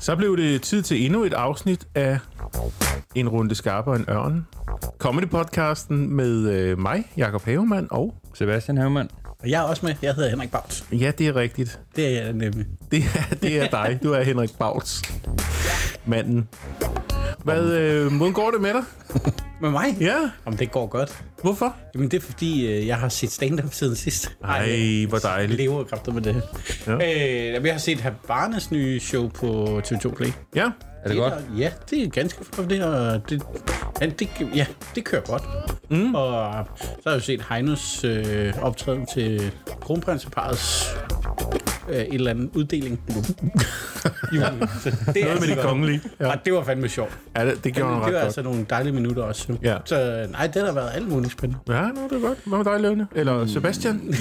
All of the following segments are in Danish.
Så blev det tid til endnu et afsnit af En runde skarpere og en ørn. Comedy-podcasten med mig, Jakob Havemann og Sebastian Havemann. Og jeg er også med. Jeg hedder Henrik Bauts. Ja, det er rigtigt. Det er jeg nemlig. Det er dig. Du er Henrik Bauts. Manden. Hvordan går det med dig? Med mig? Ja. Jamen, det går godt. Hvorfor? Jamen, det er fordi, jeg har set stand-up siden sidst. Ej, hvor dejligt. Jeg lever kraftigt med det. Ja. Jeg har set Barnes nye show på TV2 Play. Ja. Er det godt? Ja, det er ganske flot. Det kører godt. Mm. Og så har jeg set Heinos optræden til kronprinseparets et eller andet uddeling. Noget med de kongelige. Ja. Og det var fandme sjovt. Ja, det gjorde han ret Det var godt. altså nogle dejlige minutter også. Ja. Så nej, det har været alt muligt spændende. Ja, det er godt. Hvad med dig, Løvne? Eller Sebastian?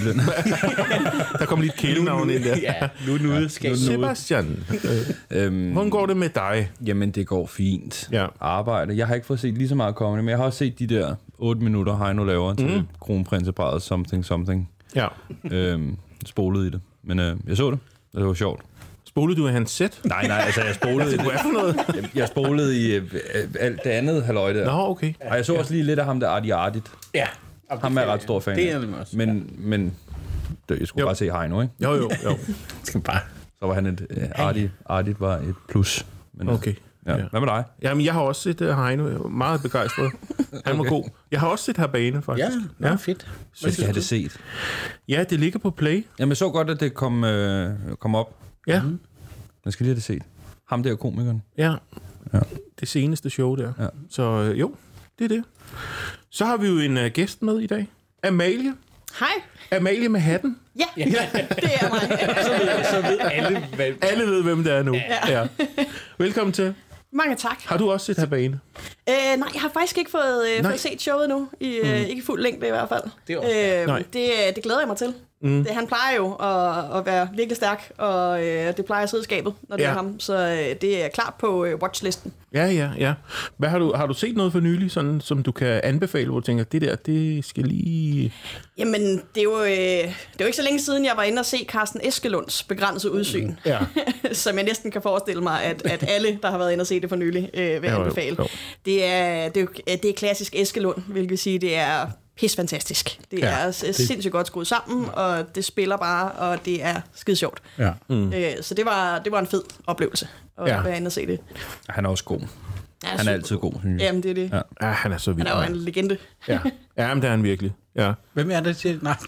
Der kom lige et kælenavn ind der. Ja, nu Sebastian. Hvordan går det med dig? Jamen, det går fint. Ja. Arbejde. Jeg har ikke fået set lige så meget comedy, men jeg har også set de der 8 minutter, Heino laver til kronprinseparret something. Ja. Spolede i det. Men jeg så det, og det var sjovt. Spolede du i hans sæt? Nej, altså jeg spolede i det. Hvad for noget? Jeg spolede i alt det andet halløj der. Nå, okay. Og jeg så også lige lidt af ham der Ardit. Ja. Ham er jeg ret stor fan af. Det er nemlig også. Men jeg skulle bare se Heino, ikke? Jo. Skal bare... Så var han et... Ardit var et plus. Men, Okay. Ja. Hvad med dig? Jamen, jeg har også set Heino. Jeg var meget begejstret. Han var god. Jeg har også set Herbane, faktisk. Ja, fedt. Så skal jeg have det set. Ja, det ligger på Play. Jamen, jeg så godt, at det kom op. Ja. Jeg skal lige have det set. Ham der komikeren. Ja. Det seneste show der. Ja. Så jo, det er det. Så har vi jo en gæst med i dag. Amalie. Hej. Amalie med hatten. Ja, det er mig. Så ved alle, hvad... Alle ved, hvem det er nu. Ja. Velkommen til. Mange tak. Har du også set Herbane? Nej, jeg har faktisk ikke fået set showet nu. Ikke i fuld længde i hvert fald. Det er også det glæder jeg mig til. Han plejer jo at være virkelig stærk, og det plejer at sidde i skabet, når det er ham. Så det er klart på watchlisten. Ja. Hvad har du set noget for nylig, sådan, som du kan anbefale, hvor du tænker, det der, det skal lige... Jamen, det er jo ikke så længe siden, jeg var inde og se Carsten Eskelunds Begrænset Udsyn. Ja. Som jeg næsten kan forestille mig, at alle, der har været inde og se det for nylig, vil anbefale. Jo. Det er klassisk Eskelund, hvilket sige, det er pis fantastisk. Det er sindssygt godt skruet sammen, og det spiller bare, og det er skide sjovt. Ja. Så det var en fed oplevelse at være inde og se det. Han er også god. Han er altid god, synes jeg. Jamen, det er det. Ja, han er så vild. Han er jo en legende. Ja, men det er han virkelig. Ja. Hvem er det til? Nej.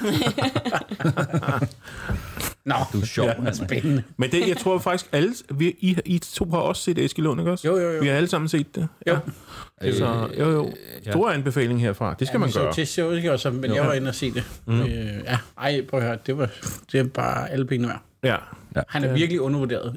Nå, Du er sjov. det er spændende. Men det, jeg tror faktisk, alle... I to har også set Eskelund, ikke også? Jo. Vi har alle sammen set det. Jo. Så stor anbefaling herfra. Det skal man gøre. Så til show, ikke også? Men jeg var inde og se det. Prøv at høre. Det er bare alle penge værd. Ja. Han er virkelig undervurderet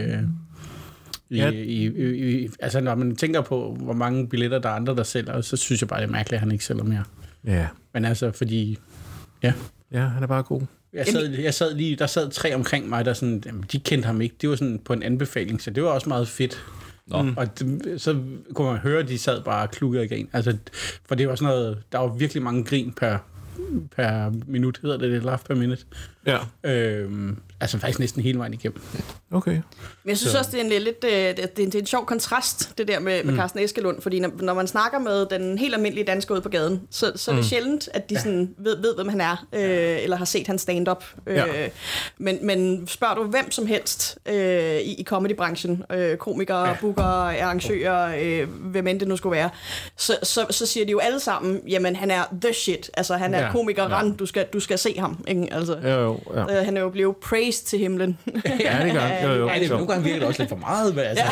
altså når man tænker på, hvor mange billetter der er andre, der sælger, så synes jeg bare, det er mærkeligt, at han ikke sælger mere. Ja. Men altså, fordi... Ja. Ja, han er bare god. Jeg sad lige, der sad 3 omkring mig, der sådan, jamen, de kendte ham ikke. Det var sådan på en anbefaling, så det var også meget fedt. Og så kunne man høre, at de sad bare og klukkede og grin. Altså, for det var sådan noget, der var virkelig mange grin per minut, hedder det, laugh per minute. Ja. Altså faktisk næsten hele vejen igennem. Okay. Men jeg synes også, det er en sjov kontrast, det der med Carsten Eskelund, fordi når man snakker med den helt almindelige dansker ude på gaden, så er det sjældent, at de sådan ved, hvem han er, eller har set hans stand-up. Men spørger du hvem som helst i comedybranchen, komikere, bookere, arrangører, hvem end det nu skulle være, så siger de jo alle sammen, jamen han er the shit, altså han er komiker, du skal se ham, ikke? Altså, Jo. han er jo blevet praised til himlen. Ja, det gør. Jo. Ja, det nogle gange virker det også lidt for meget. Altså.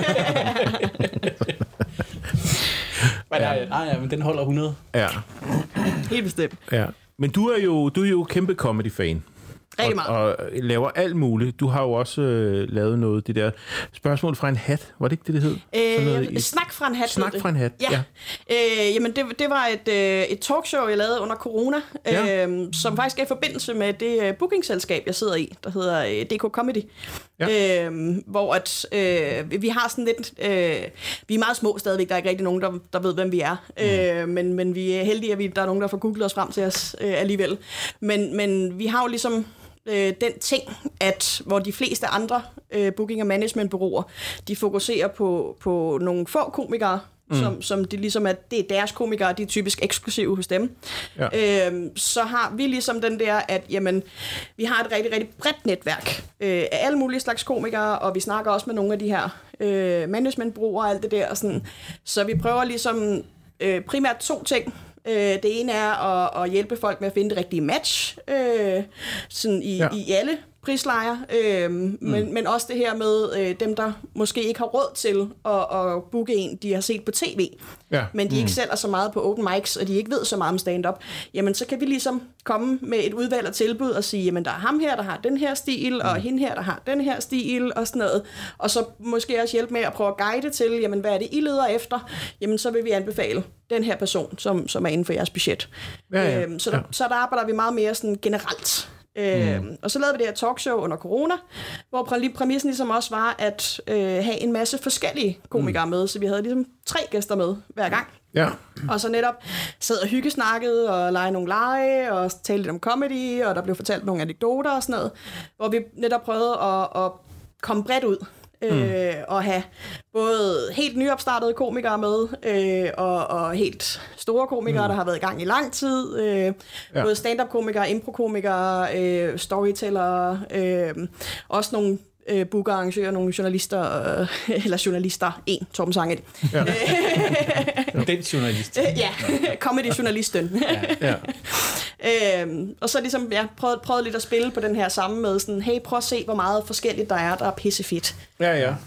Men den holder 100. Ja. Helt bestemt. Ja. Men du er jo kæmpe comedy-fan. Rigtig meget. Og laver alt muligt. Du har jo også lavet noget, det der spørgsmål fra en hat. Var det ikke det hed? Snak fra en hat. Snak fra en hat, ja. Jamen, det var et talkshow, jeg lavede under corona, som faktisk er i forbindelse med det bookingselskab, jeg sidder i, der hedder DK Comedy. Ja. Hvor at, vi har sådan lidt... vi er meget små stadigvæk, der er ikke rigtig nogen, der ved, hvem vi er. Men vi er heldige, at der er nogen, der får googlet os frem til os alligevel. Men vi har jo ligesom... den ting, at hvor de fleste andre booking- og managementbureauer, de fokuserer på nogle få komikere, som det ligesom det er deres komikere, de er typisk eksklusive hos dem. Ja. Så har vi ligesom den der, at jamen, vi har et rigtig, rigtig bredt netværk af alle mulige slags komikere, og vi snakker også med nogle af de her managementbureauer og alt det der. Og sådan. Så vi prøver ligesom primært 2 ting. Det ene er at hjælpe folk med at finde det rigtige match sådan i alle prislejer, men også det her med dem, der måske ikke har råd til at booke en, de har set på tv, men de ikke sælger så meget på open mics, og de ikke ved så meget om stand-up, jamen så kan vi ligesom komme med et udvalg af tilbud og sige, jamen der er ham her, der har den her stil, og hende her, der har den her stil, og sådan noget, og så måske også hjælpe med at prøve at guide til, jamen hvad er det, I leder efter, jamen så vil vi anbefale den her person, som er inden for jeres budget. Så der arbejder vi meget mere sådan generelt. Og så lavede vi det her talkshow under corona, hvor præmissen ligesom også var at have en masse forskellige komikere med, så vi havde ligesom 3 gæster med hver gang. Ja. Og så netop sad og hyggesnakkede og legede nogle lege og talte lidt om comedy, og der blev fortalt nogle anekdoter og sådan noget, hvor vi netop prøvede at komme bredt ud. Og have både helt nyopstartede komikere med, og helt store komikere, der har været i gang i lang tid. Både stand-up-komikere, impro-komikere, storytellere, også nogle booker-arrangører, nogle journalister, eller journalister, Torben Sange. Ja. Den journalist. Ja, comedy-journalisten. Ja. Og så ligesom, prøvede lidt at spille på den her samme med sådan, hey, prøv at se, hvor meget forskelligt der er pissefedt. Ja.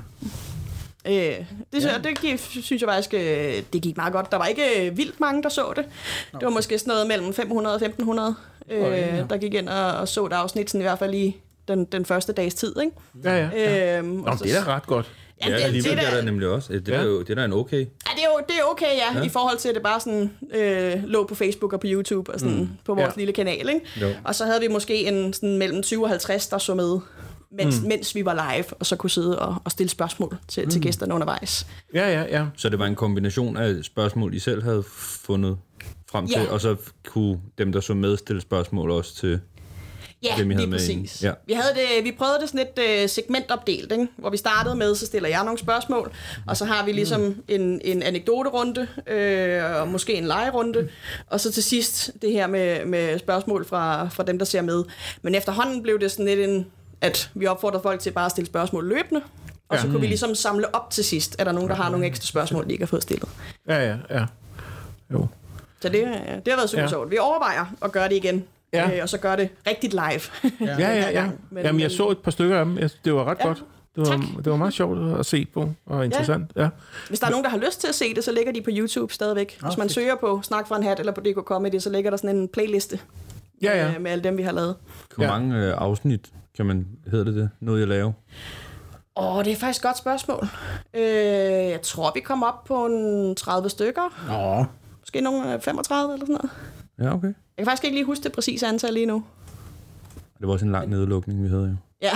Det synes jeg faktisk, det gik meget godt. Der var ikke vildt mange, der så det. Det var måske sådan noget mellem 500 og 1500, der gik ind og så et afsnit, sådan i hvert fald i den første dags tid, ikke? Ja. Det er da ret godt. Ja, alligevel er der nemlig også. Det er da en okay. Ja, det er okay, ja, i forhold til, at det bare sådan lå på Facebook og på YouTube og sådan på vores lille kanal, ikke? Jo. Og så havde vi måske en sådan mellem 20 og 50, der så med, mens vi var live, og så kunne sidde og stille spørgsmål til gæsterne undervejs. Ja. Så det var en kombination af spørgsmål, I selv havde fundet frem til, og så kunne dem, der så med, stille spørgsmål også til... Ja, lige præcis. Ja. Vi prøvede det sådan lidt segmentopdelt, ikke? Hvor vi startede med, så stiller jeg nogle spørgsmål, og så har vi ligesom en anekdoterunde, og måske en legerunde, og så til sidst det her med spørgsmål fra dem, der ser med. Men efterhånden blev det sådan lidt at vi opfordrede folk til bare at stille spørgsmål løbende, og så kunne vi ligesom samle op til sidst. Er der nogen, der har nogle ekstra spørgsmål, de ikke har fået stillet? Ja. Jo. Så det har været super sjovt. Vi overvejer at gøre det igen. Ja. Og så gør det rigtigt live. Ja. Jamen, jeg så et par stykker af dem. Det var ret godt. Det var meget sjovt at se på, og interessant. Ja. Hvis der er nogen, der har lyst til at se det, så ligger de på YouTube stadigvæk. Hvis man søger på Snak fra en hat eller på DK Comedy, så ligger der sådan en playliste med alle dem, vi har lavet. Hvor mange afsnit hedder det, noget jeg laver? Det er faktisk et godt spørgsmål. Jeg tror, vi kommer op på en 30 stykker. Måske nogle 35 eller sådan noget. Ja, okay. Jeg kan faktisk ikke lige huske det præcise antal lige nu. Det var også en lang nedlukning, vi havde jo. Ja.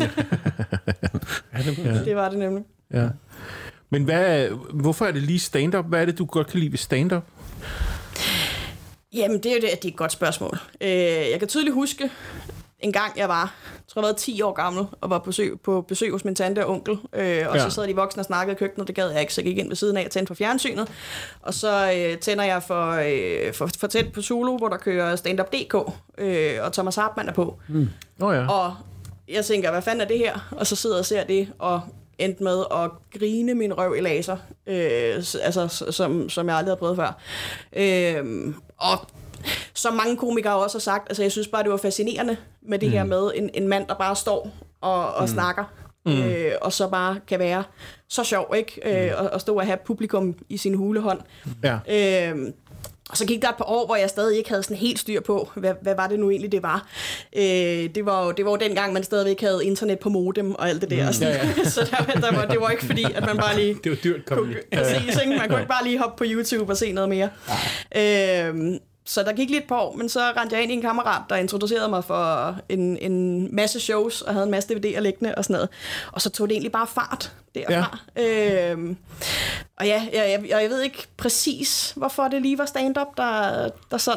Det var det nemlig. Ja. Men hvorfor er det lige stand-up? Hvad er det, du godt kan lide ved stand-up? Jamen, det er jo det er et godt spørgsmål. Jeg kan tydeligt huske, en gang jeg var 10 år gammel, og var på besøg hos min tante og onkel, og så sad de voksne og snakkede i køkkenet, det gad jeg ikke, så jeg gik ind ved siden af og tændte for fjernsynet, og så tænder jeg for tæt på Zulu, hvor der kører stand-up.dk, og Thomas Hartmann er på. Og jeg tænker, hvad fanden er det her? Og så sidder jeg og ser det, og endte med at grine min røv i laser, som jeg aldrig havde prøvet før. Og som mange komikere også har sagt, altså jeg synes bare, det var fascinerende med det her med en mand, der bare står og snakker, og så bare kan være så sjov, ikke? Og stå og have publikum i sin hulehånd. Ja. Og så gik der et par år, hvor jeg stadig ikke havde sådan helt styr på, hvad var det nu egentlig, det var. Det var jo dengang, man stadigvæk havde internet på modem og alt det der. Så det var ikke fordi, at man bare lige... Det var dyrt komme lige. Præcis, ikke? Man kunne ikke bare lige hoppe på YouTube og se noget mere. Så der gik lidt på, men så rendte jeg ind i en kammerat, der introducerede mig for en masse shows, og havde en masse DVD'er liggende og sådan noget. Og så tog det egentlig bare fart derfra. Ja. Og jeg ved ikke præcis, hvorfor det lige var stand-up, der sådan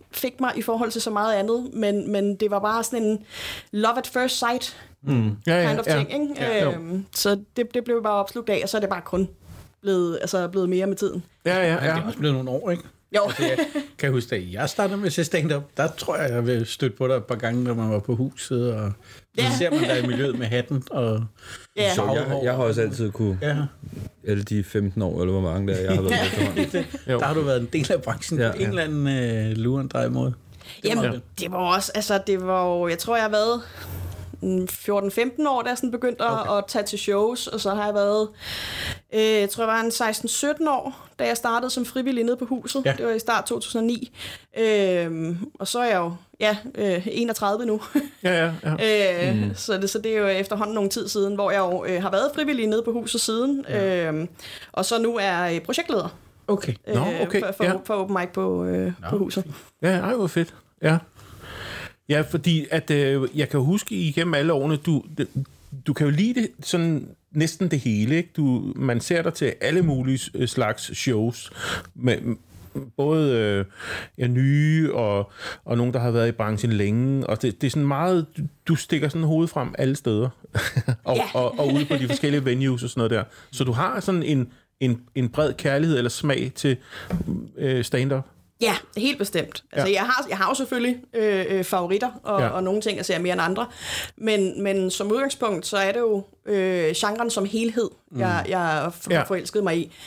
fik mig i forhold til så meget andet, men det var bare sådan en love at first sight kind of ting, ikke? Så det blev bare opslugt af, og så er det bare kun blevet mere med tiden. Ja. Det er også blevet nogle år, ikke? Jo. Altså, jeg kan huske, at jeg startede med at se stand-up, der tror jeg vil støtte på dig et par gange, når man var på huset, og så ser man der i miljøet med hatten og jeg har også altid kunne, alle de 15 år, eller hvor mange der jeg har været med. Der har du været en del af branchen på en eller anden luren måde. Jamen, det var også, altså det var jo, jeg tror jeg har været 14-15 år, da jeg sådan begyndte at tage til shows, og så har jeg været, jeg tror jeg var en 16-17 år, da jeg startede som frivillig nede på huset. Det var i start 2009. Og så er jeg jo 31 nu. Så det er jo efterhånden nogle tid siden, hvor jeg jo har været frivillig nede på huset siden, og så nu er projektleder. Okay. For Open Mic på huset. Ja, hvor fedt. Ja, fordi at jeg kan huske igennem alle årene, du kan jo lide det sådan næsten det hele, ikke? Man ser dig til alle mulige slags shows, med både nye og nogen, der har været i branchen længe, og det er sådan meget, du stikker sådan hovedet frem alle steder, og ude på de forskellige venues og sådan noget der. Så du har sådan en bred kærlighed eller smag til stand-up. Ja, helt bestemt. Altså, jeg har jo selvfølgelig favoritter, og nogle ting, jeg ser mere end andre. Men som udgangspunkt, så er det jo genren som helhed, jeg forelskede mig i.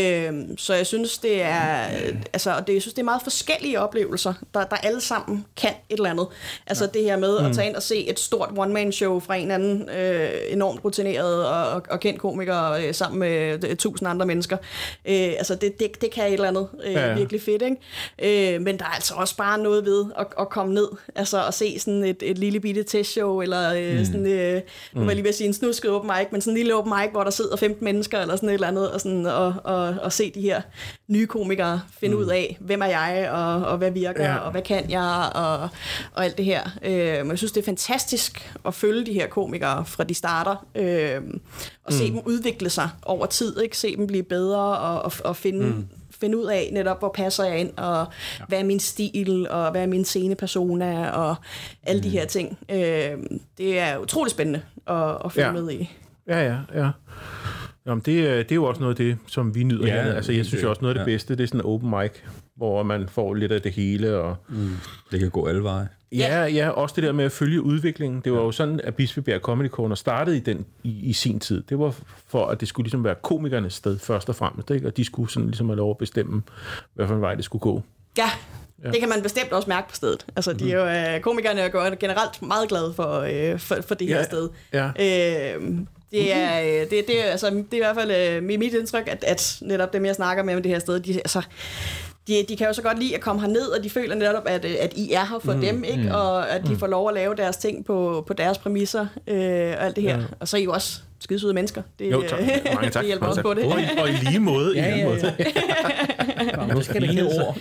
Så jeg synes, det er meget forskellige oplevelser, der alle sammen kan et eller andet. Altså det her med at tage ind og se et stort one-man-show fra en anden enormt rutineret og kendt komiker sammen med 1000 andre mennesker. Altså det kan et eller andet virkelig fedt, ikke? Men der er altså også bare noget ved at komme ned, altså at se sådan et lille bitte testshow, eller sådan, nu var jeg lige ved at sige en snusket open mic, men sådan en lille open mic, hvor der sidder 15 mennesker, eller sådan et eller andet, og, sådan, og se de her nye komikere finde ud af, hvem er jeg, og hvad virker, og hvad kan jeg, og alt det her. Men jeg synes, det er fantastisk at følge de her komikere, fra de starter, og se dem udvikle sig over tid, ikke? Se dem blive bedre, og finde ud af netop, hvor passer jeg ind, og hvad er min stil, og hvad er min scenepersona, og alle de her ting. Det er utrolig spændende at følge med i. Ja. Jamen, det er jo også noget af det, som vi nyder her. Altså, jeg synes jo også noget af det bedste, det er sådan en open mic, hvor man får lidt af det hele. Og det kan gå alle veje. Ja, også det der med at følge udviklingen. Det var jo sådan, at Bispebjerg Comedy Corner startede i sin tid. Det var for, at det skulle ligesom være komikernes sted først og fremmest, ikke? Og de skulle sådan ligesom have lov at bestemme, hvad for en vej det skulle gå. Ja. Det kan man bestemt også mærke på stedet. Altså, de er jo, komikerne er generelt meget glade for det her sted. Ja. Det er i hvert fald mit indtryk, at netop dem, jeg snakker med om det her sted, de kan jo så godt lide at komme herned, og de føler netop, at I er her for dem, ikke? Og at de får lov at lave deres ting på deres præmisser, og alt det her. Og så er I jo også skidesøde mennesker. Jo, tak. Mange tak. Det hjælper også på det. Og i lige måde. Det skal fine ord.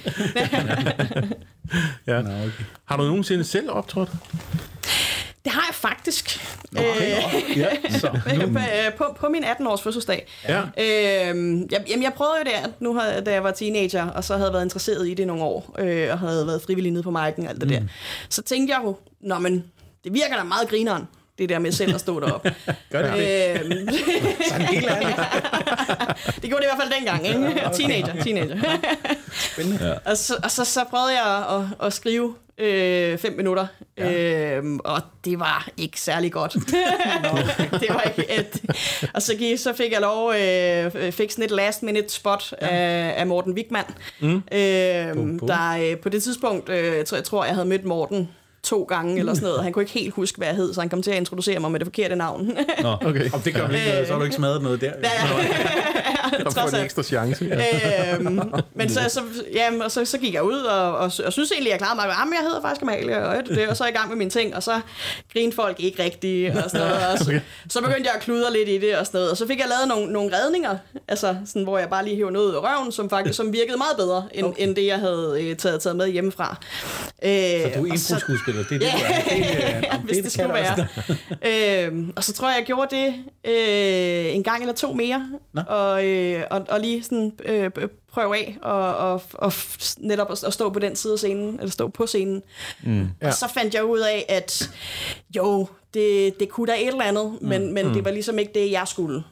Ja. Har du nogensinde selv optrådt? Det har jeg faktisk. Okay. På min 18-års fødselsdag. Ja. Jeg prøvede jo det, da jeg var teenager, og så havde været interesseret i det nogle år, og havde været frivillig nede på marken og alt det der. Så tænkte jeg jo, men det virker da meget grineren, det der med selv at stå deroppe. Gør det sådan helt ærligt. Det gjorde det i hvert fald dengang, ikke? Okay. Teenager. Ja. Og så prøvede jeg at skrive 5 minutter, og det var ikke særlig godt. Det var ikke og så fik jeg lov fik sådan et last minute spot af Morten Wigman, der på det tidspunkt, jeg tror jeg havde mødt Morten 2 gange eller sådan noget. Han kunne ikke helt huske, hvad jeg hed, så han kom til at introducere mig med det forkerte navn. Okay. Og det gør ikke, så har du ikke smadret noget der. Der får en ekstra chance. Men så gik jeg ud og synes egentlig, jeg klarede mig. Jeg hedder faktisk Amalie, og så er jeg i gang med mine ting, og så grinede folk ikke rigtigt, og sådan noget. Og så begyndte jeg at kludre lidt i det, og sådan noget. Og så fik jeg lavet nogle redninger, altså sådan, hvor jeg bare lige hævde noget ud af røven, som virkede meget bedre, end det, jeg havde taget med hjemmefra. Så du er introskuespiller, det er det, du er. hvis det skulle være. Og så tror jeg gjorde det en gang eller to mere, og lige sådan prøve af og netop at stå på den side af scenen, eller stå på scenen. Og så fandt jeg ud af, at jo, det kunne da et eller andet, men det var ligesom ikke det, jeg skulle.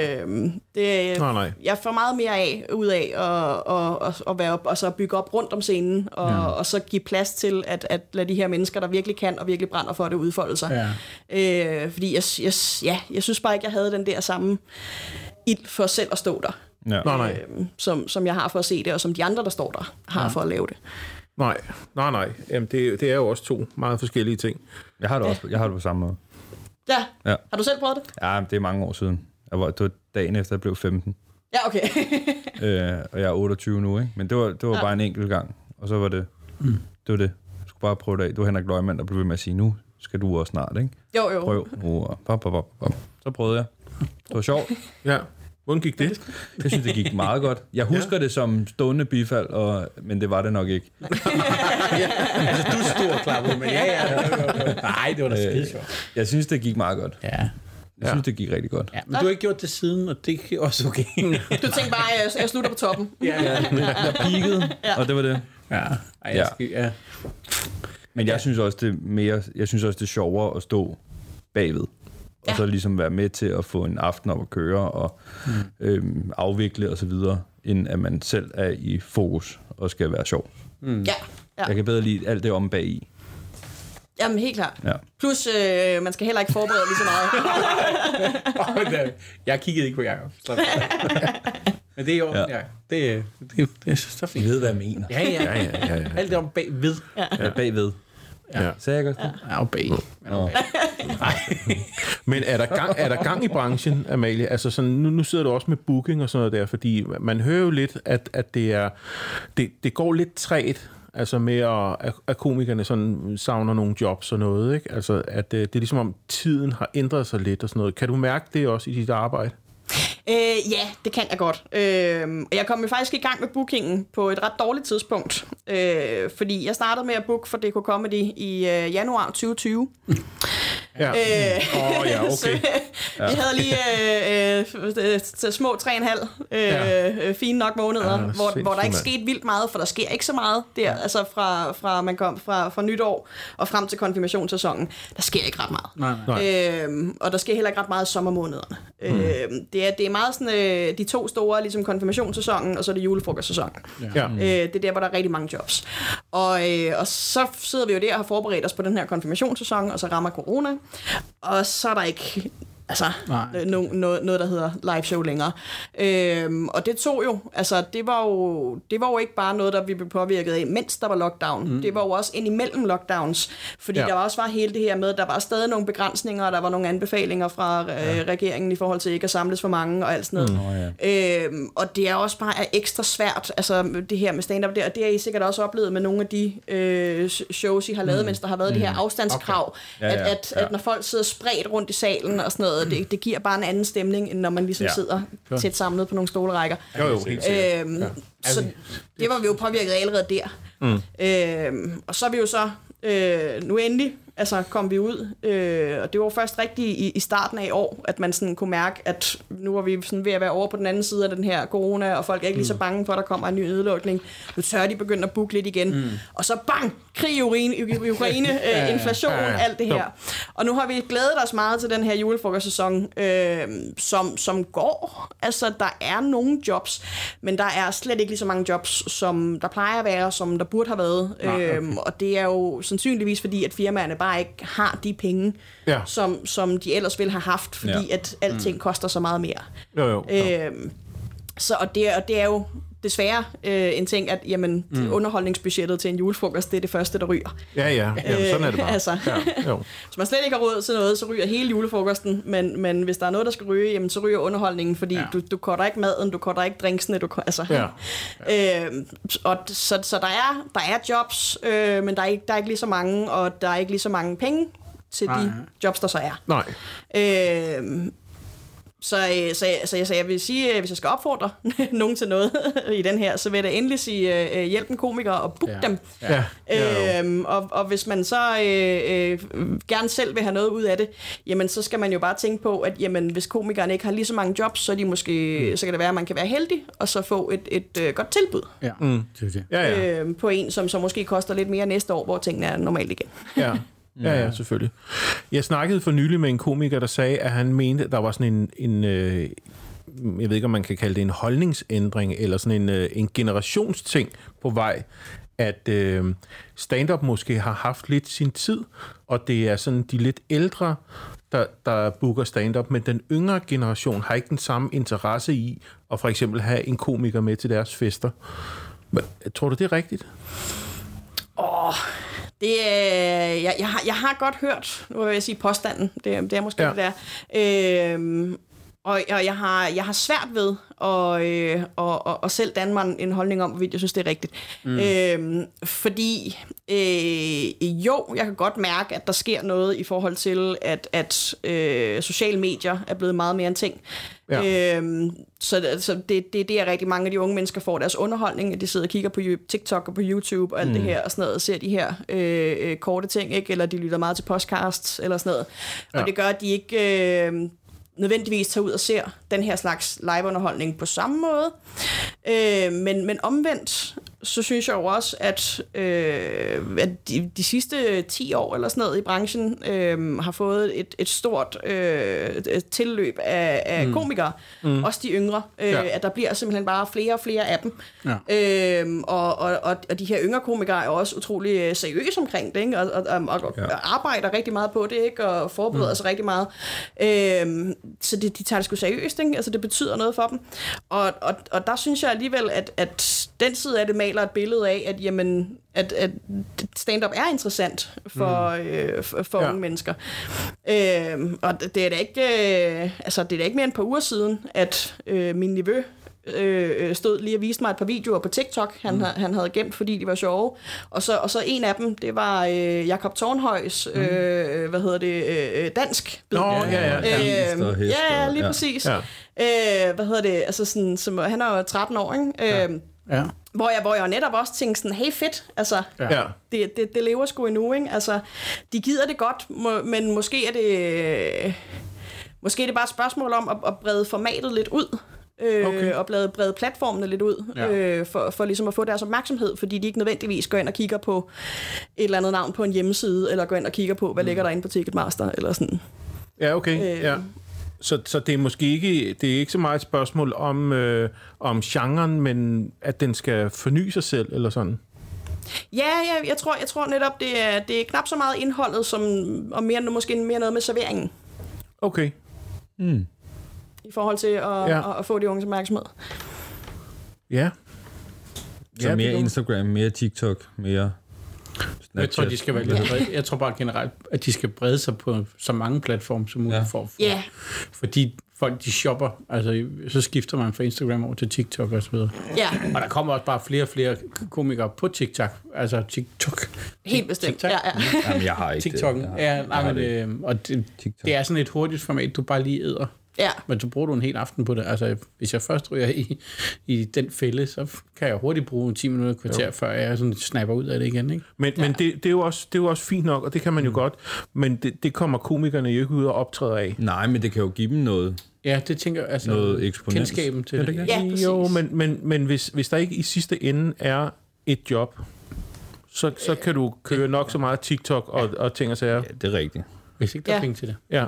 Jeg får meget mere ud af at være op, og så bygge op rundt om scenen, og så give plads til at lade de her mennesker, der virkelig kan og virkelig brænder for det, udfolde sig. Fordi jeg synes bare ikke, jeg havde den der samme ild for selv at stå der. Som jeg har for at se det, og som de andre, der står der, har for at lave det. Nej. Jamen, det er jo også to meget forskellige ting. Jeg har det på samme måde. Ja. Har du selv prøvet det? Ja, det er mange år siden. Det var dagen efter, jeg blev 15. Ja, okay. Og jeg er 28 nu, ikke? Men det var bare en enkelt gang. Og så var det... Det var det. Jeg skulle bare prøve det af. Det var Henrik Løgman, der blev ved med at sige, nu skal du også snart, ikke? Jo. Prøv. Så prøvede jeg. Det var sjovt. Ja. Hvordan gik det? Jeg synes, det gik meget godt. Jeg husker det som stående bifald, men det var det nok ikke. Altså, du stod og klappede, men nej, det var da skide sjovt. Jeg synes, det gik meget godt. Ja. Jeg synes, det gik rigtig godt. Ja, men du har ikke gjort det siden, og det er også okay. Du tænkte bare, at jeg slutter på toppen. Jeg peakede, og det var det. Ja. Men jeg synes også, det er sjovere at stå bagved. Og så ligesom være med til at få en aften op at køre og afvikle og så videre, end at man selv er i fokus og skal være sjov. Ja. Jeg kan bedre lide alt det om bag i. Jamen, helt klart. Ja. Plus, man skal heller ikke forberede lige så meget. Jeg kiggede ikke på Jacob. Men det er jo det er så fint. Jeg ved, hvad jeg mener. Ja. Alt det om bagved. Ja, bagved. Ja. Sagde jeg godt det? Ja, bag. Men er der gang i branchen, Amalie? Altså sådan, nu sidder du også med booking og sådan noget der, fordi man hører jo lidt, at det går lidt træt, altså med at komikerne sådan savner nogle jobs og noget, ikke? Altså at det er ligesom om tiden har ændret sig lidt og sådan noget. Kan du mærke det også i dit arbejde? Ja, det kan jeg godt. Jeg kom jo faktisk i gang med bookingen på et ret dårligt tidspunkt, fordi jeg startede med at booke for DK Comedy i januar 2020. Ja. Okay. Vi havde lige små 3,5 fine nok måneder, hvor der ikke skete vildt meget, for der sker ikke så meget der, altså fra man kom fra nytår og frem til konfirmationssæsonen. Der sker ikke ret meget. Nej. Og der sker heller ikke ret meget i sommermånederne. Det er meget sådan de to store, ligesom konfirmationssæsonen, og så er det julefrokostsæsonen. Ja. Det er der, hvor der er rigtig mange jobs. Og så sidder vi jo der og har forberedt os på den her konfirmationssæson, og så rammer corona, og så er der ikke noget, der hedder live show længere. Og det tog jo, altså det var jo ikke bare noget, der vi blev påvirket af, mens der var lockdown. Det var jo også indimellem lockdowns, fordi der også var hele det her med, der var stadig nogle begrænsninger, og der var nogle anbefalinger fra regeringen i forhold til ikke at samles for mange og alt sådan noget. Og det er også bare ekstra svært, altså det her med stand-up der, og det har I sikkert også oplevet med nogle af de shows, I har lavet, mens der har været de her afstandskrav, at når folk sidder spredt rundt i salen og sådan noget, det giver bare en anden stemning, end når man ligesom sidder tæt samlet på nogle stolerækker. Så det var vi jo påvirket af allerede der. Og så er vi jo så nu endelig kom vi ud, og det var først rigtigt i starten af år, at man sådan kunne mærke, at nu var vi sådan ved at være over på den anden side af den her corona, og folk er ikke lige så bange for, at der kommer en ny nedlukning. Nu tør de begynde at booke lidt igen. Og så bang! Krig i Ukraine, inflation, alt det her. Og nu har vi glædet os meget til den her julefrokostsæson, som går. Altså, der er nogle jobs, men der er slet ikke lige så mange jobs, som der plejer at være, som der burde have været. Og det er jo sandsynligvis, fordi at firmaerne bare ikke har de penge, som de ellers ville have haft, fordi at alting koster så meget mere. Og det er jo desværre en ting, at underholdningsbudgettet til en julefrokost, det er det første, der ryger. Ja, sådan er det bare. Hvis man slet ikke har råd til noget, så ryger hele julefrokosten, men hvis der er noget, der skal ryge, jamen, så ryger underholdningen, fordi du cutter ikke maden, du cutter ikke drinksene, så der er jobs, men der er ikke lige så mange, og der er ikke lige så mange penge til de jobs, der så er. Nej. Så jeg vil sige, hvis jeg skal opfordre nogen til noget i den her, så vil jeg da endelig sige, hjælp en komiker og book dem. Og hvis man så gerne selv vil have noget ud af det, jamen så skal man jo bare tænke på, at jamen, hvis komikerne ikke har lige så mange jobs, så, så kan det være, at man kan være heldig, og så få et godt tilbud. På en, som måske koster lidt mere næste år, hvor tingene er normalt igen. Ja, selvfølgelig. Jeg snakkede for nylig med en komiker, der sagde, at han mente, at der var sådan en jeg ved ikke, om man kan kalde det en holdningsændring, eller sådan en generationsting på vej, at stand-up måske har haft lidt sin tid, og det er sådan de lidt ældre, der booker stand-up, men den yngre generation har ikke den samme interesse i at for eksempel have en komiker med til deres fester. Men, tror du, det er rigtigt? Jeg har godt hørt, nu vil jeg sige påstanden, det er måske det der. Og jeg har svært ved at selv danne mig en holdning om, hvorvidt jeg synes, det er rigtigt. Fordi jo, jeg kan godt mærke, at der sker noget i forhold til, at sociale medier er blevet meget mere en ting. Så det er rigtig mange af de unge mennesker får deres underholdning, at de sidder og kigger på TikTok og på YouTube og alt det her og sådan noget, og ser de her korte ting, ikke? Eller de lytter meget til podcasts eller sådan noget. Og det gør, at de ikke nødvendigvis tager ud og ser den her slags liveunderholdning på samme måde. Men omvendt, så synes jeg jo også, at de sidste 10 år eller sådan noget i branchen har fået et stort tilløb af komikere, også de yngre, at der bliver simpelthen bare flere og flere af dem. Og de her yngre komikere er også utrolig seriøse omkring det, ikke? Og arbejder rigtig meget på det, ikke? Og forbereder sig rigtig meget. Så de tager det sgu seriøst, ikke? Altså det betyder noget for dem. Og der synes jeg alligevel, at den side af det maler et billede af, at stand-up er interessant for unge mennesker. Og det er da ikke, det er da ikke mere end et par uger siden, at min nevø stod lige og viste mig et par videoer på TikTok, han havde gemt, fordi de var sjove. Og så en af dem, det var Jakob Tornhøjs, dansk. Lige præcis. Altså sådan, som, han er jo 13 år, ikke? Hvor jeg netop også tænkte sådan, hey fedt, altså, det lever sgu endnu, ikke? Altså, de gider det godt, men måske er det bare et spørgsmål om at brede formatet lidt ud. Og brede platformene lidt ud, for ligesom at få deres opmærksomhed, fordi de ikke nødvendigvis går ind og kigger på et eller andet navn på en hjemmeside, eller går ind og kigger på, hvad ligger der inde på Ticketmaster, eller sådan. Ja, okay. Så det er måske ikke så meget et spørgsmål om genren, men at den skal forny sig selv, eller sådan? Ja, jeg tror netop, det er knap så meget indholdet, og måske mere noget med serveringen. Okay. I forhold til at få de unges opmærksomhed. Ja. Så mere Instagram, mere TikTok, mere Snapchat. Jeg tror, de skal være jeg tror bare generelt, at de skal brede sig på så mange platforme som muligt fordi folk, de shopper, altså så skifter man fra Instagram over til TikTok og så videre. Og der kommer også bare flere og flere komikere på TikTok. Altså TikTok. Helt bestemt. Jamen, jeg har ikke TikTok. Det er sådan et hurtigt format, du bare lige æder. Men så bruger du en hel aften på det. Altså, hvis jeg først ryger i den fælde, så kan jeg hurtigt bruge 10 minutter kvarter, før jeg sådan snapper ud af det igen, ikke? Men det er jo også fint nok, og det kan man jo godt, men det kommer komikerne jo ikke ud og optræder af. Nej, men det kan jo give dem noget. Ja, det tænker jeg, altså noget eksponens. Kendskaben til det. Jo, men hvis der ikke i sidste ende er et job, så kan du køre nok så meget TikTok og ting og sager. Ja, det er rigtigt. Hvis ikke der er penge til det. Ja.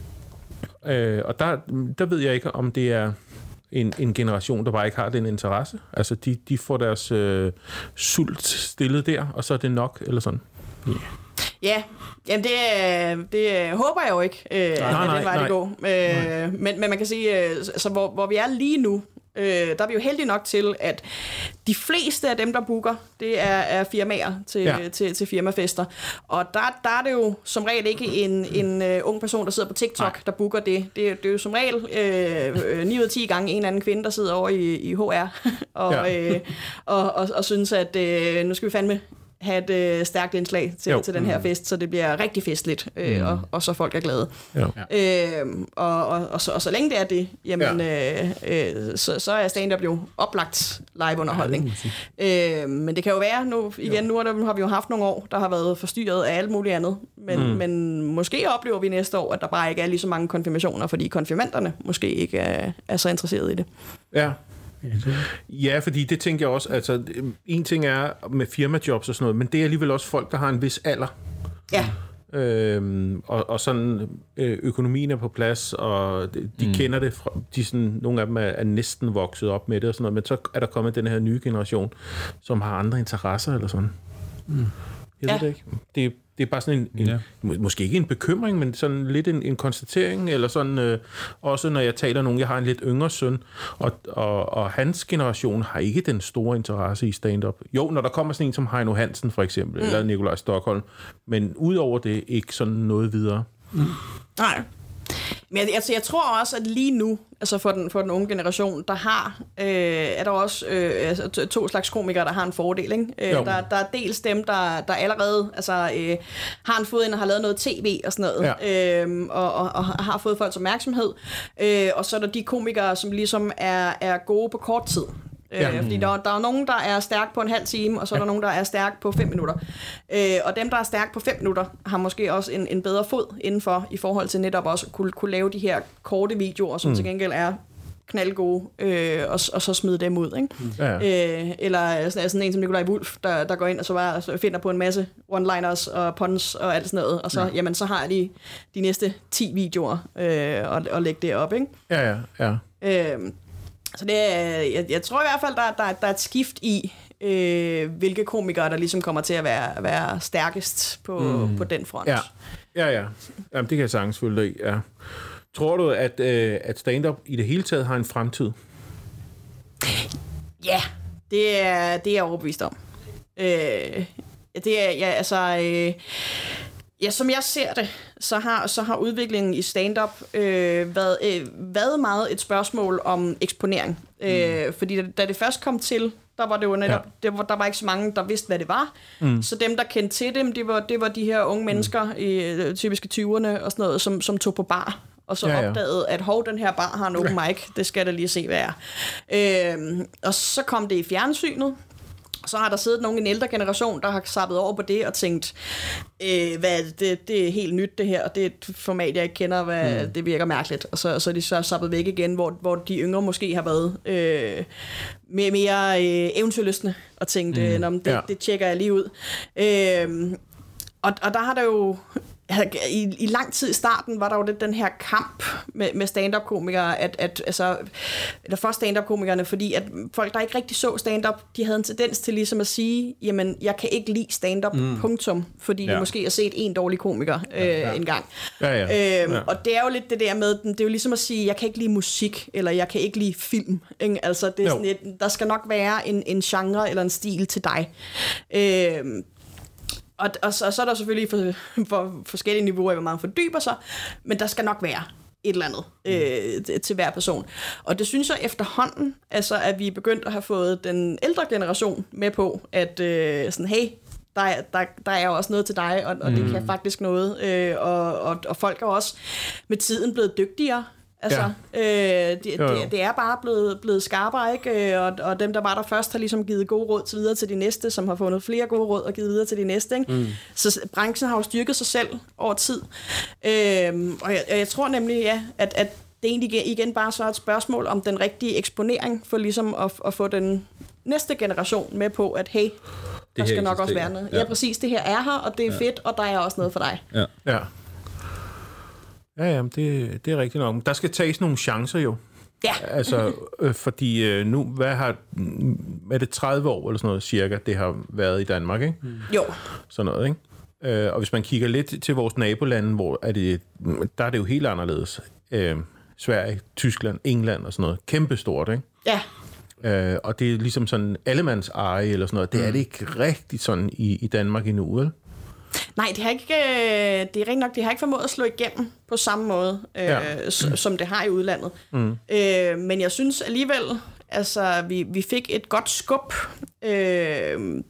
Og der ved jeg ikke, om det er en generation, der bare ikke har den interesse. Altså, de får deres sult stillet der, og så er det nok, eller sådan. Ja, jamen det håber jeg jo ikke, at den vej det går. Men man kan sige, altså, hvor vi er lige nu, der er vi jo heldige nok til, at de fleste af dem, der booker, det er firmaer til firmafester. Og der er det jo som regel ikke en ung person, der sidder på TikTok, der booker det. Det er jo som regel 9 ud af 10 gange en eller anden kvinde, der sidder over i HR og synes, at nu skal vi fandme have et stærkt indslag til den her fest, så det bliver rigtig festligt, og så folk er glade. Og så længe det er det, jamen, så er stand-up jo oplagt live-underholdning. Men det kan jo være, nu har vi jo haft nogle år, der har været forstyrret af alt muligt andet, men måske oplever vi næste år, at der bare ikke er lige så mange konfirmationer, fordi konfirmanderne måske ikke er så interesserede i det. Ja, fordi det tænker jeg også, altså en ting er med firmajobs og sådan noget, men det er alligevel også folk, der har en vis alder. Ja. Og sådan økonomien er på plads, og de kender det, de sådan, nogle af dem er næsten vokset op med det og sådan noget, men så er der kommet den her nye generation, som har andre interesser eller sådan. Jeg ved det ikke. Det er bare sådan måske ikke en bekymring, men sådan lidt en konstatering, eller sådan, også når jeg taler med nogen, jeg har en lidt yngre søn, og hans generation har ikke den store interesse i stand-up. Jo, når der kommer sådan en som Heino Hansen for eksempel, eller Nikolaj Stokholm, men udover det ikke sådan noget videre. Nej. Men jeg tror også, at lige nu, altså for den unge generation, der har, er der også to slags komikere, der har en fordel. Ikke? Der er dels dem, der allerede har en fod ind og har lavet noget tv og sådan noget, og har fået folks opmærksomhed. Og så er der de komikere, som ligesom er gode på kort tid. Fordi der er nogen, der er stærk på en halv time, og så er der nogen, der er stærk på 5 minutter. Og dem, der er stærk på 5 minutter, har måske også en bedre fod indenfor, i forhold til netop også at kunne lave de her korte videoer, som til gengæld er knaldgode, og så smide dem ud. Ikke? Eller sådan en som Nikolaj Wulff, der går ind og så bare finder på en masse one-liners og puns og alt sådan noget, og så, jamen, så har de næste 10 videoer og lægge det op. Ikke? Så det jeg tror i hvert fald, der er et skift i, hvilke komikere, der ligesom kommer til at være stærkest på den front. Ja. Jamen, det kan jeg sagtens følge dig i, ja. Tror du, at stand-up i det hele taget har en fremtid? Ja, det er jeg overbevist om. Som jeg ser det, så har udviklingen i stand-up været meget et spørgsmål om eksponering. Fordi da det først kom til, der var det jo netop, der var ikke så mange, der vidste, hvad det var. Så dem, der kendte til dem, det var de her unge mennesker i typiske 20'erne og sådan noget, som tog på bar. Og så opdagede, at den her bar har en open mic, det skal der lige se, hvad er. Og så kom det i fjernsynet. Så har der siddet nogen i en ældre generation, der har sappet over på det og tænkt, hvad det er helt nyt det her, og det er et format, jeg ikke kender, det virker mærkeligt. Og så er de så sappet væk igen, hvor de yngre måske har været mere eventyrlystne og tænkt, det tjekker jeg lige ud. Og der har der jo... I lang tid i starten var der jo lidt den her kamp med stand-up-komikere, for stand-up-komikerne, fordi at folk, der ikke rigtig så stand-up, de havde en tendens til ligesom at sige, jamen, jeg kan ikke lide stand-up, punktum, fordi de måske har set en dårlig komiker en gang. Og det er jo lidt det der med, det er jo ligesom at sige, jeg kan ikke lide musik, eller jeg kan ikke lide film. Ikke? Altså, det er sådan et, der skal nok være en genre eller en stil til dig. Og så er der selvfølgelig for forskellige niveauer, hvor man fordyber sig, men der skal nok være et eller andet til hver person. Og det synes jeg efterhånden, at vi er begyndt at have fået den ældre generation med på, at sådan, hey, der er jo også noget til dig, og det kan faktisk noget. Og folk er også med tiden blevet dygtigere. Det er bare blevet skarpere, ikke? Og dem, der var der først, har ligesom givet gode råd videre til de næste, som har fundet flere gode råd og givet videre til de næste. Ikke? Så branchen har jo styrket sig selv over tid. Og jeg tror nemlig, at det egentlig igen bare så er et spørgsmål om den rigtige eksponering, for ligesom at få den næste generation med på, at hey, der skal nok også være noget. Ja, præcis, det her er her, og det er fedt, og der er også noget for dig. Ja, det er rigtigt nok. Der skal tages nogle chancer jo. Ja. Altså, fordi nu, er det 30 år eller sådan noget cirka, det har været i Danmark, ikke? Jo. Sådan noget, ikke? Og hvis man kigger lidt til vores nabolande, der er det jo helt anderledes. Sverige, Tyskland, England og sådan noget. Kæmpestort, ikke? Ja. Og det er ligesom sådan allemands eje eller sådan noget. Det er det ikke rigtig sådan i Danmark endnu, vel? Nej, det er rigtig nok, det har ikke formået at slå igennem på samme måde, som det har i udlandet. Men jeg synes alligevel, vi fik et godt skub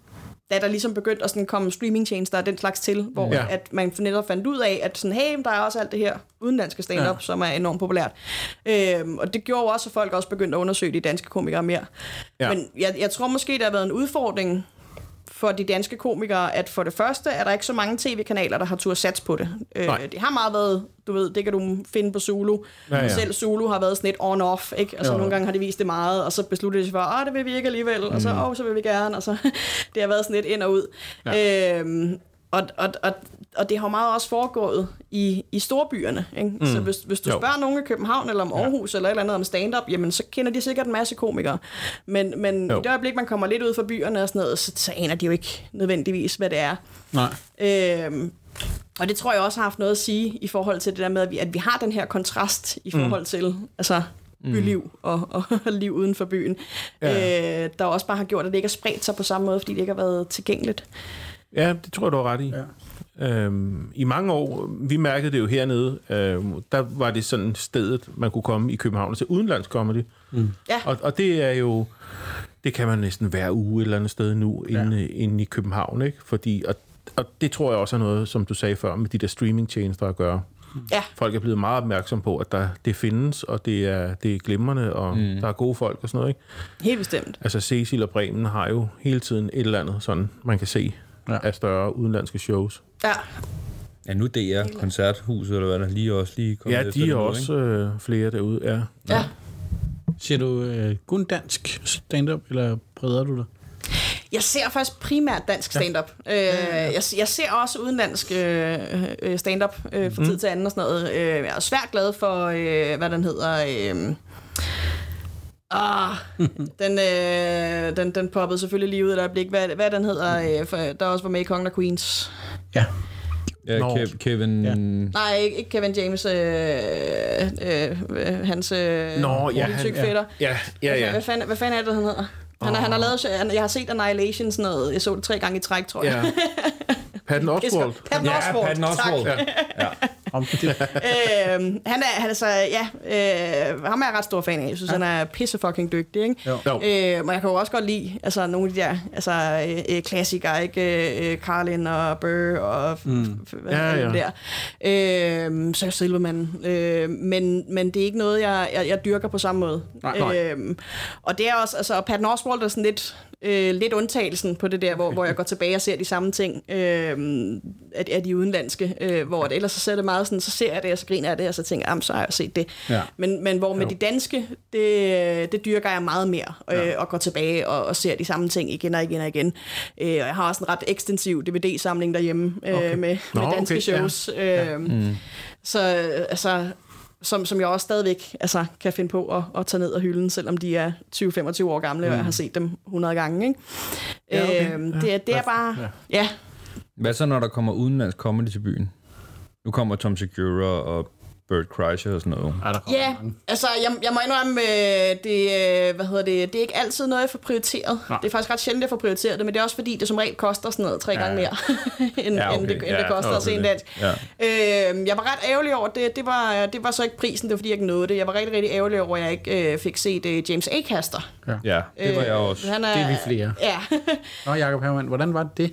da der ligesom begyndte at sådan komme streamingtjenester og den slags til, hvor at man netop fandt ud af, at sådan, hey, der er også alt det her udenlandske stand-up, som er enormt populært. Og det gjorde også, at folk også begyndte at undersøge de danske komikere mere. Ja. Men jeg tror måske, der har været en udfordring for de danske komikere, at for det første er der ikke så mange tv-kanaler, der har tur sats på det. Det har meget været, du ved, det kan du finde på Zulu. Ja. Selv Zulu har været sådan et on-off, ikke? Altså nogle gange har de vist det meget, og så besluttede de sig for, det vil vi ikke alligevel, og så, så vil vi gerne, og så det har været sådan lidt ind og ud. Ja. Og det har meget også foregået i storbyerne. Ikke? Så hvis du spørger nogen i København eller om Aarhus eller et eller andet om stand-up, jamen så kender de sikkert en masse komikere. Men i det øjeblik, man kommer lidt ud fra byerne og sådan noget, så aner de jo ikke nødvendigvis, hvad det er. Nej. Og det tror jeg også har haft noget at sige i forhold til det der med, at vi har den her kontrast i forhold til byliv og liv uden for byen. Der også bare har gjort, at det ikke har spredt sig på samme måde, fordi det ikke har været tilgængeligt. Ja, det tror jeg, du har ret i. Ja. I mange år, vi mærkede det jo hernede, der var det sådan stedet, man kunne komme i København til udenlandsk comedy. Ja. Og det er jo, det kan man næsten hver uge et eller andet sted nu inde i København, ikke? Fordi, og det tror jeg også er noget, som du sagde før, med de der streamingtjenester at gøre. Ja. Folk er blevet meget opmærksom på, at det findes, og det er glimrende, og der er gode folk og sådan noget, ikke? Helt bestemt. Altså Cecil og Bremen har jo hele tiden et eller andet, sådan man kan se af større udenlandske shows. Ja. Ja, nu DR, Koncerthuset, eller hvad der lige kommet. Ja, de er også flere derude, ja. Ser du kun dansk stand-up, eller breder du det? Jeg ser faktisk primært dansk stand-up. Jeg ser også udenlandsk stand-up fra tid til anden og sådan noget. Jeg er svært glad for, hvad den hedder... den poppede selvfølgelig lige ud et øjeblik. Hvad den hedder, der også var med i Kongen af Queens. Ja. Kevin... Ja. Nej, ikke Kevin James. Hans tykfætter. Ja. Hvad fanden er det, han hedder? Han har lavet... Jeg har set Annihilation sådan noget. Jeg så det 3 gange i træk, tror jeg. Patton Oswalt. Patton Oswalt. Ja. Han er altså, ham er jeg ret stor fan af. Jeg synes, han er pisse fucking dygtig, ikke? Men jeg kan jo også godt lide nogle af de der klassikere, ikke? Carlin og Burr og der. Så Silverman. Men det er ikke noget, jeg dyrker på samme måde. Og det er også, Patton Oswalt er sådan lidt undtagelsen på det der, hvor jeg går tilbage og ser de samme ting af de udenlandske, hvor det ellers så ser det meget sådan, så ser jeg det, og så griner jeg det, og så tænker jeg, så har jeg set det. Ja. Men hvor med de danske, det dyrker jeg meget mere, og går tilbage og ser de samme ting igen og igen og igen. Og jeg har også en ret ekstensiv DVD-samling derhjemme med danske shows. Så altså... Som jeg også stadigvæk kan finde på at tage ned og hylden, selvom de er 20-25 år gamle, og jeg har set dem 100 gange. Ikke? Det er bare... Ja. Hvad så, når der kommer udenlandsk comedy til byen? Nu kommer Tom Segura og Bert Kreischer og sådan noget. Ja, altså jeg må indrømme, det er ikke altid noget, jeg får prioriteret. Det er faktisk ret sjældent, jeg får prioriteret det, men det er også fordi, det som regel koster sådan noget 3 gange mere, end det koster at se en dansk. Ja. Jeg var ret ærgerlig over det. Det var så ikke prisen, det var fordi, jeg ikke nåede det. Jeg var rigtig, rigtig ærgerlig over, at jeg ikke fik set James Acaster. Ja, det var jeg også. Det er vi flere. Ja. Nå, Jacob Hermann, hvordan var det?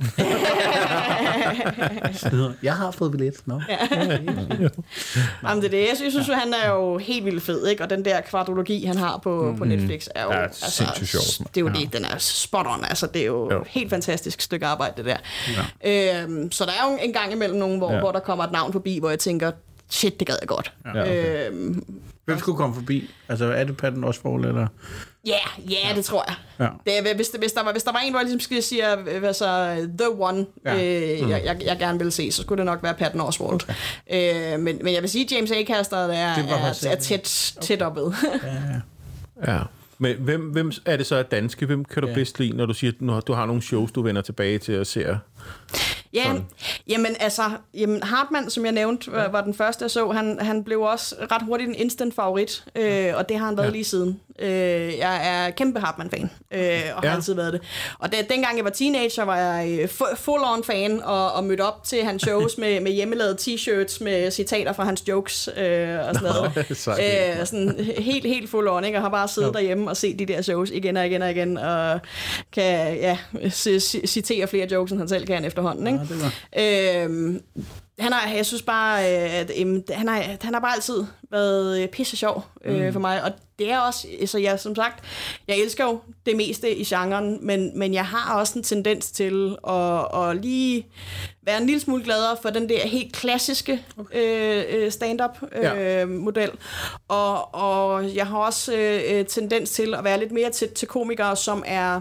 Jeg har fået billet. Nå. Ja. Jamen, det er det. Jeg synes, han er jo helt vildt fed, ikke? Og den der kvadrologi, han har på Netflix, er jo sindssygt sjovt. Det er jo det, den er spot on. Altså, det er jo et helt fantastisk stykke arbejde, det der. Ja. Så der er jo en gang imellem nogen, hvor der kommer et navn forbi, hvor jeg tænker, shit, det gad jeg godt. Ja. Hvem skulle komme forbi? Altså, er det Patton Oswalt, eller... Ja, det tror jeg. Ja. Det, hvis der var en, hvor jeg ligesom skal sige, the one, jeg gerne vil se, så skulle det nok være Patton Oswalt. Okay. Men jeg vil sige, James Acaster er tæt op ved. Ja. Men hvem er det så af danske? Hvem kan du bedst lide, når du siger, når du har nogle shows, du vender tilbage til og ser? Ja, jamen Hartmann, som jeg nævnte, var den første, jeg så. Han blev også ret hurtigt en instant favorit, og det har han været lige siden. Jeg er kæmpe Hartmann-fan, og har altid været det. Og dengang jeg var teenager, var jeg full-on fan, og mødte op til hans shows med hjemmelavede t-shirts, med citater fra hans jokes, og sådan noget. Sådan helt full-on, ikke? Og har bare siddet derhjemme og set de der shows igen og og kan citere flere jokes, end han selv kan efterhånden, ikke? Jeg synes bare, at han har bare altid været pisse sjov for mig, og det er også, så jeg, som sagt, jeg elsker jo det meste i genren, men jeg har også en tendens til at lige være en lille smule gladere for den der helt klassiske stand-up model, og jeg har også tendens til at være lidt mere til komikere, som er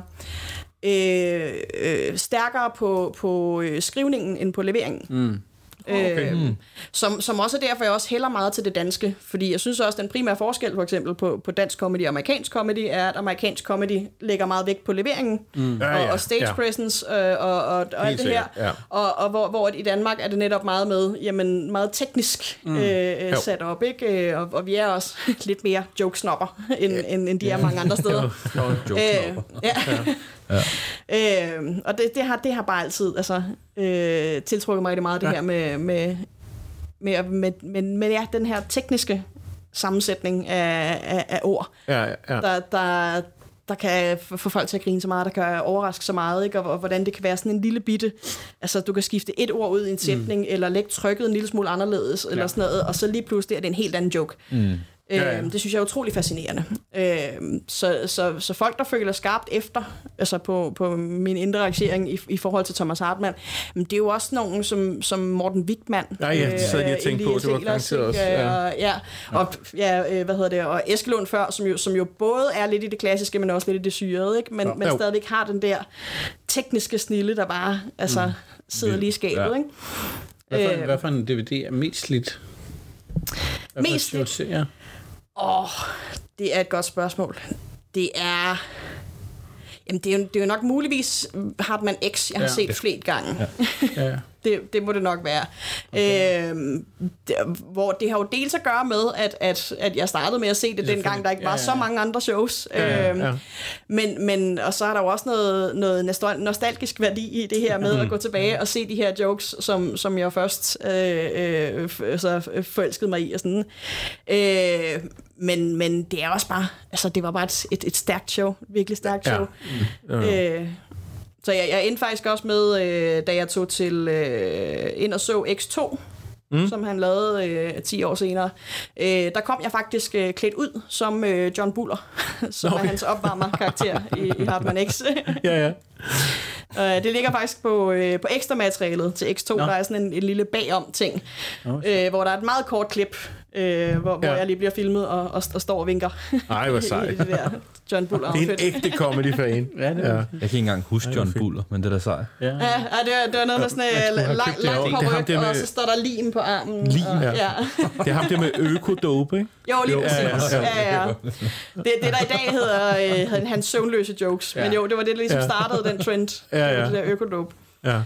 stærkere på skrivningen end på leveringen. Som også er derfor, jeg også hælder meget til det danske, fordi jeg synes også, den primære forskel for eksempel på dansk comedy og amerikansk comedy er, at amerikansk comedy lægger meget vægt på leveringen og stage presence og alt det her, og hvor i Danmark er det netop meget med meget teknisk sat op, ikke? Og vi er også lidt mere jokesnopper end de er mange andre steder. Og det har bare altid tiltrukket mig det meget, det her med den her tekniske sammensætning af ord, der kan få folk til at grine så meget, der kan overraske så meget, ikke? Og hvordan det kan være sådan en lille bitte, altså du kan skifte et ord ud i en sætning, eller lægge trykket en lille smule anderledes, eller sådan noget, og så lige pludselig er det en helt anden joke. Det synes jeg er utrolig fascinerende. Så folk, der føler skarpt efter, altså på min interagering i forhold til Thomas Hartmann, men det er jo også nogen som Morten Wigman. Det sad jeg tænkte på, det var kanskje også. Og Eskelund før, som jo både er lidt i det klassiske, men også lidt i det syrede, ikke? Men stadigvæk har den der tekniske snille, der bare sidder lige i skabet, ikke? Hvad for en DVD er mest slidt? Mest slidt? Ja. Det er et godt spørgsmål. Det er... Jamen, det er jo nok muligvis Hartmann X, jeg har set flere gange. Ja. Det må det nok være. Okay. Hvor det har jo dels at gøre med, at jeg startede med at se det dengang, der ikke var så mange andre shows. Men og så er der jo også noget nostalgisk værdi i det her med at gå tilbage og se de her jokes, som jeg først så forelskede mig i. Og sådan. Men det er også bare, altså det var bare et stærkt show, virkelig stærkt show. Så jeg endte faktisk også med, da jeg tog til ind og så X2, som han lavede 10 år senere. Der kom jeg faktisk klædt ud som John Buller, som er hans opvarmer-karakter i Hartmann X. Det ligger faktisk på ekstra materialet til X2. Der er sådan en lille bagom-ting, hvor der er et meget kort klip, hvor jeg lige bliver filmet og står og vinker. Ej, hvor sejt. I det der John Buller. Det er en ægte comedy-fan. Jeg kan ikke engang huske John Buller, men det er da sejt. Det var noget med sådan langt påryk, og så står der lim på armen. Lim, Det er ham der med økodope, ikke? Jo, lige præcis. Det der i dag hedder hans søvnløse jokes. Men jo, det var det, der ligesom startede den trend. Det der økodope.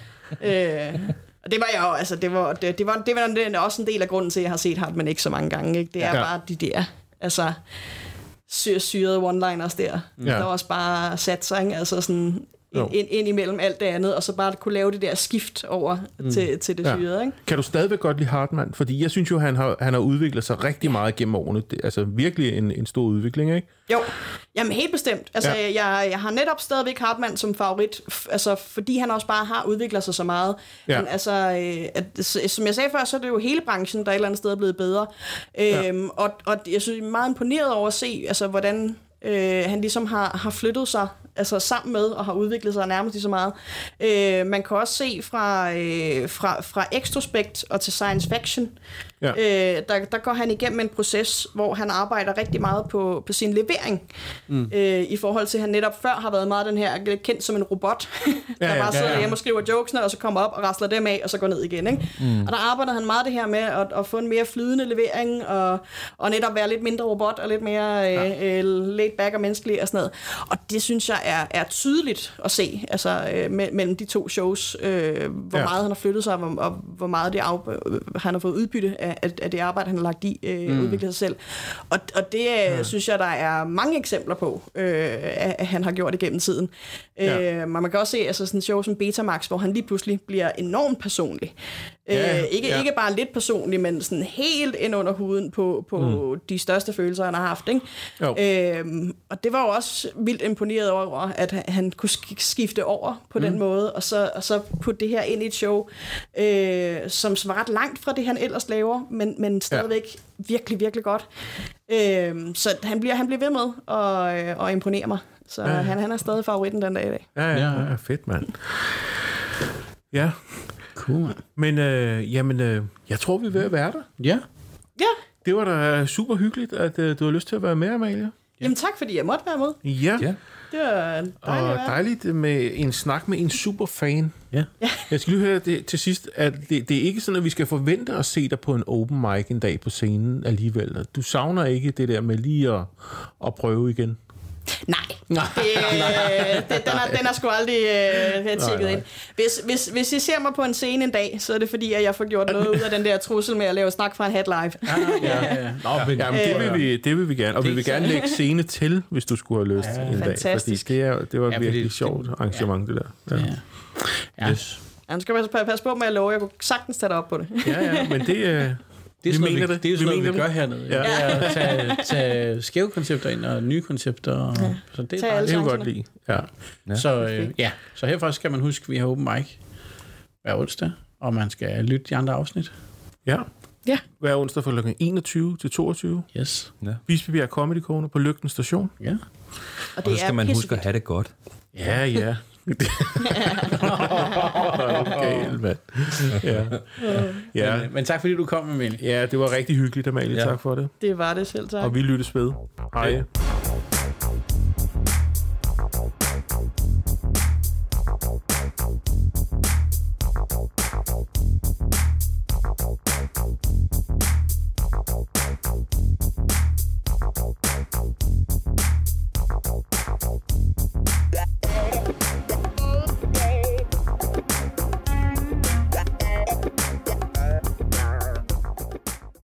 Og det var jeg jo, altså det var også en del af grunden til, at jeg har set Hartmann ikke så mange gange, ikke? Det er bare de der, altså syrede one-liners der. Der var også bare sat sig, ikke? Altså sådan ind imellem alt det andet, og så bare kunne lave det der skift over til det syrede, ikke? Kan du stadigvæk godt lide Hartmann? Fordi jeg synes jo, han har udviklet sig rigtig meget gennem årene. Altså virkelig en stor udvikling, ikke? Jo, jamen helt bestemt. Altså jeg har netop stadigvæk Hartmann som favorit, altså fordi han også bare har udviklet sig så meget. Men altså, som jeg sagde før, så er det jo hele branchen, der et eller andet sted er blevet bedre. Og jeg synes, jeg er meget imponeret over at se, altså hvordan han ligesom har flyttet sig altså sammen med og har udviklet sig nærmest lige så meget. Man kan også se fra Extrospect og til Science Fiction, der går han igennem en proces, hvor han arbejder rigtig meget på sin levering, i forhold til, at han netop før har været meget den her kendt som en robot, der bare sidder hjemme og skriver jokesene, og så kommer op og rasler dem af, og så går ned igen, ikke? Og der arbejder han meget det her med at få en mere flydende levering, og netop være lidt mindre robot, og lidt mere laid back og menneskelig og sådan noget. Og det synes jeg er tydeligt at se, altså mellem de to shows, hvor meget han har flyttet sig, og hvor meget han har fået udbytte af det arbejde, han har lagt i udvikle sig selv. Og det synes jeg, der er mange eksempler på, at han har gjort igennem tiden. Man kan også se altså sådan en show som Betamax, hvor han lige pludselig bliver enormt personlig. Ikke bare lidt personlig, men sådan helt ind under huden på de største følelser, han har haft. Ikke? Og det var jo også vildt imponeret over, at han kunne skifte over på den måde, og så putte det her ind i et show, som var ret langt fra det, han ellers laver, men stadigvæk virkelig, virkelig godt. Så han bliver ved med at imponere mig. Så han er stadig favoritten den dag i dag. Ja, fedt, mand. Ja. Cool. Men jeg tror, vi er ved at være der. Ja. Det var da super hyggeligt, at du har lyst til at være med, Amalie. Jamen tak, fordi jeg måtte være med. Ja. Det var dejligt og dejligt med en snak med en superfan. Ja. Jeg skal lige høre det til sidst, at det er ikke sådan, at vi skal forvente at se dig på en open mic en dag på scenen alligevel. Du savner ikke det der med lige at prøve igen? Nej. Den er sgu aldrig tjekket ind. Hvis I ser mig på en scene en dag, så er det fordi, at jeg får gjort noget ud af den der trussel med at lave snak fra en hat live. Det vil vi gerne. Og vi vil gerne lægge scene til, hvis du skulle have lyst en dag. Fordi det var virkelig sjovt arrangement, det der. Ja. Yes. Han skal passe på med at love, jeg kunne sagtens tage dig op på det. Ja, men det... Det er sådan noget, vi gør hernede. Ja. Det er at tage skæve koncepter ind og nye koncepter. Så det er det godt lide. Ja. Så herfra skal man huske, at vi har open mic hver onsdag, og man skal lytte de andre afsnit. Ja. Hver onsdag fra kl. 21 til 22. Yes. Ja. Bispebjerg Comedy Corner på Lygten Station. Ja. Og så skal man huske at have det godt. Ja. Okay, mand. Ja. Men tak fordi du kom, Amalie. Ja, det var rigtig hyggeligt, Amalie. Tak for det. Det var det selv, tak. Og vi lyttes ved. Hej.